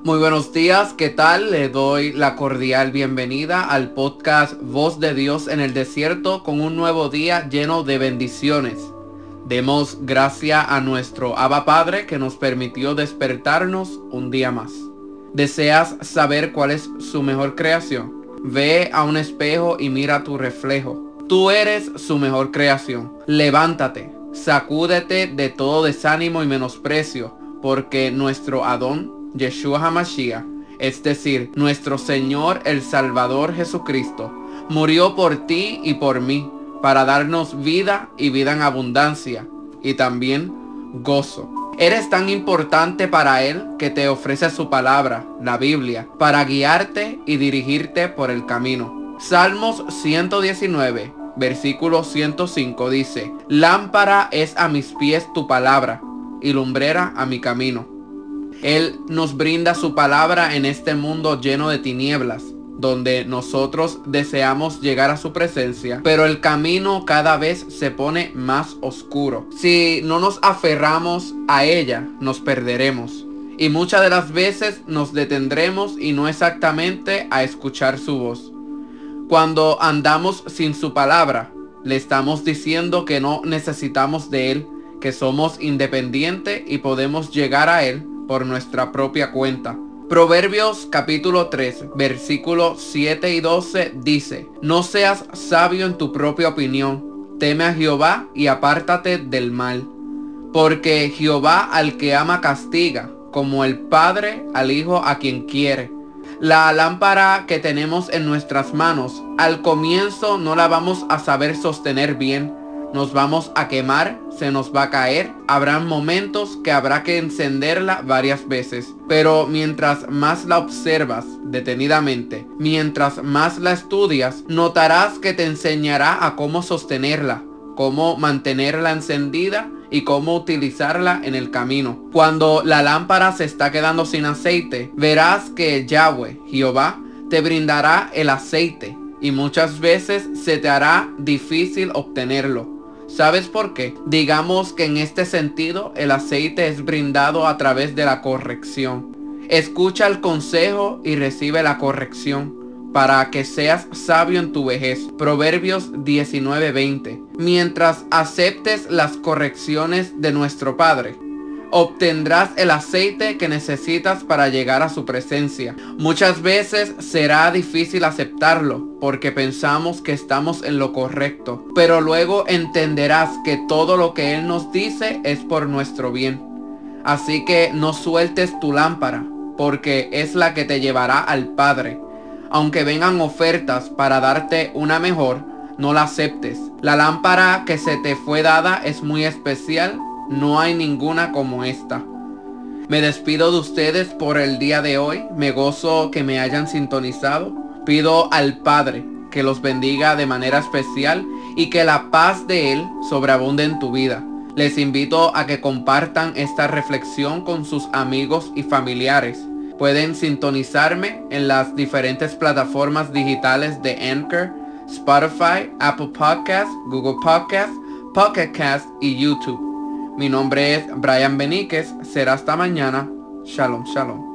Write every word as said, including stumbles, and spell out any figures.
Muy buenos días, ¿qué tal? Le doy la cordial bienvenida al podcast Voz de Dios en el Desierto con un nuevo día lleno de bendiciones. Demos gracias a nuestro Abba Padre que nos permitió despertarnos un día más. ¿Deseas saber cuál es su mejor creación? Ve a un espejo y mira tu reflejo. Tú eres su mejor creación. Levántate, sacúdete de todo desánimo y menosprecio, porque nuestro Adón, Yeshua HaMashiach, es decir, nuestro Señor el Salvador Jesucristo, murió por ti y por mí, para darnos vida y vida en abundancia, y también gozo. Eres tan importante para Él que te ofrece su palabra, la Biblia, para guiarte y dirigirte por el camino. Salmos ciento diecinueve, versículo ciento cinco dice: Lámpara es a mis pies tu palabra, y lumbrera a mi camino. Él nos brinda su palabra en este mundo lleno de tinieblas, donde nosotros deseamos llegar a su presencia, pero el camino cada vez se pone más oscuro. Si no nos aferramos a ella, nos perderemos, y muchas de las veces nos detendremos y no exactamente a escuchar su voz. Cuando andamos sin su palabra, le estamos diciendo que no necesitamos de Él, que somos independientes y podemos llegar a Él por nuestra propia cuenta. Proverbios capítulo tres, versículos siete y doce dice: No seas sabio en tu propia opinión, teme a Jehová y apártate del mal, porque Jehová al que ama castiga, como el padre al hijo a quien quiere. La lámpara que tenemos en nuestras manos, al comienzo no la vamos a saber sostener bien. Nos vamos a quemar, se nos va a caer, habrán momentos que habrá que encenderla varias veces, pero mientras más la observas detenidamente, mientras más la estudias, notarás que te enseñará a cómo sostenerla, cómo mantenerla encendida y cómo utilizarla en el camino. Cuando la lámpara se está quedando sin aceite, verás que Yahweh, Jehová, te brindará el aceite y muchas veces se te hará difícil obtenerlo. ¿Sabes por qué? Digamos que en este sentido el aceite es brindado a través de la corrección. Escucha el consejo y recibe la corrección para que seas sabio en tu vejez. Proverbios diecinueve veinte. Mientras aceptes las correcciones de nuestro Padre, obtendrás el aceite que necesitas para llegar a su presencia. Muchas veces será difícil aceptarlo porque pensamos que estamos en lo correcto, pero luego entenderás que todo lo que Él nos dice es por nuestro bien. Así que no sueltes tu lámpara, porque es la que te llevará al Padre. Aunque vengan ofertas para darte una mejor, no la aceptes. La lámpara que se te fue dada es muy especial. No hay ninguna como esta. Me despido de ustedes por el día de hoy. Me gozo que me hayan sintonizado. Pido al Padre que los bendiga de manera especial y que la paz de Él sobreabunde en tu vida. Les invito a que compartan esta reflexión con sus amigos y familiares. Pueden sintonizarme en las diferentes plataformas digitales de Anchor, Spotify, Apple Podcasts, Google Podcasts, Pocket Cast y YouTube. Mi nombre es Brian Beníquez. Será hasta mañana. Shalom, shalom.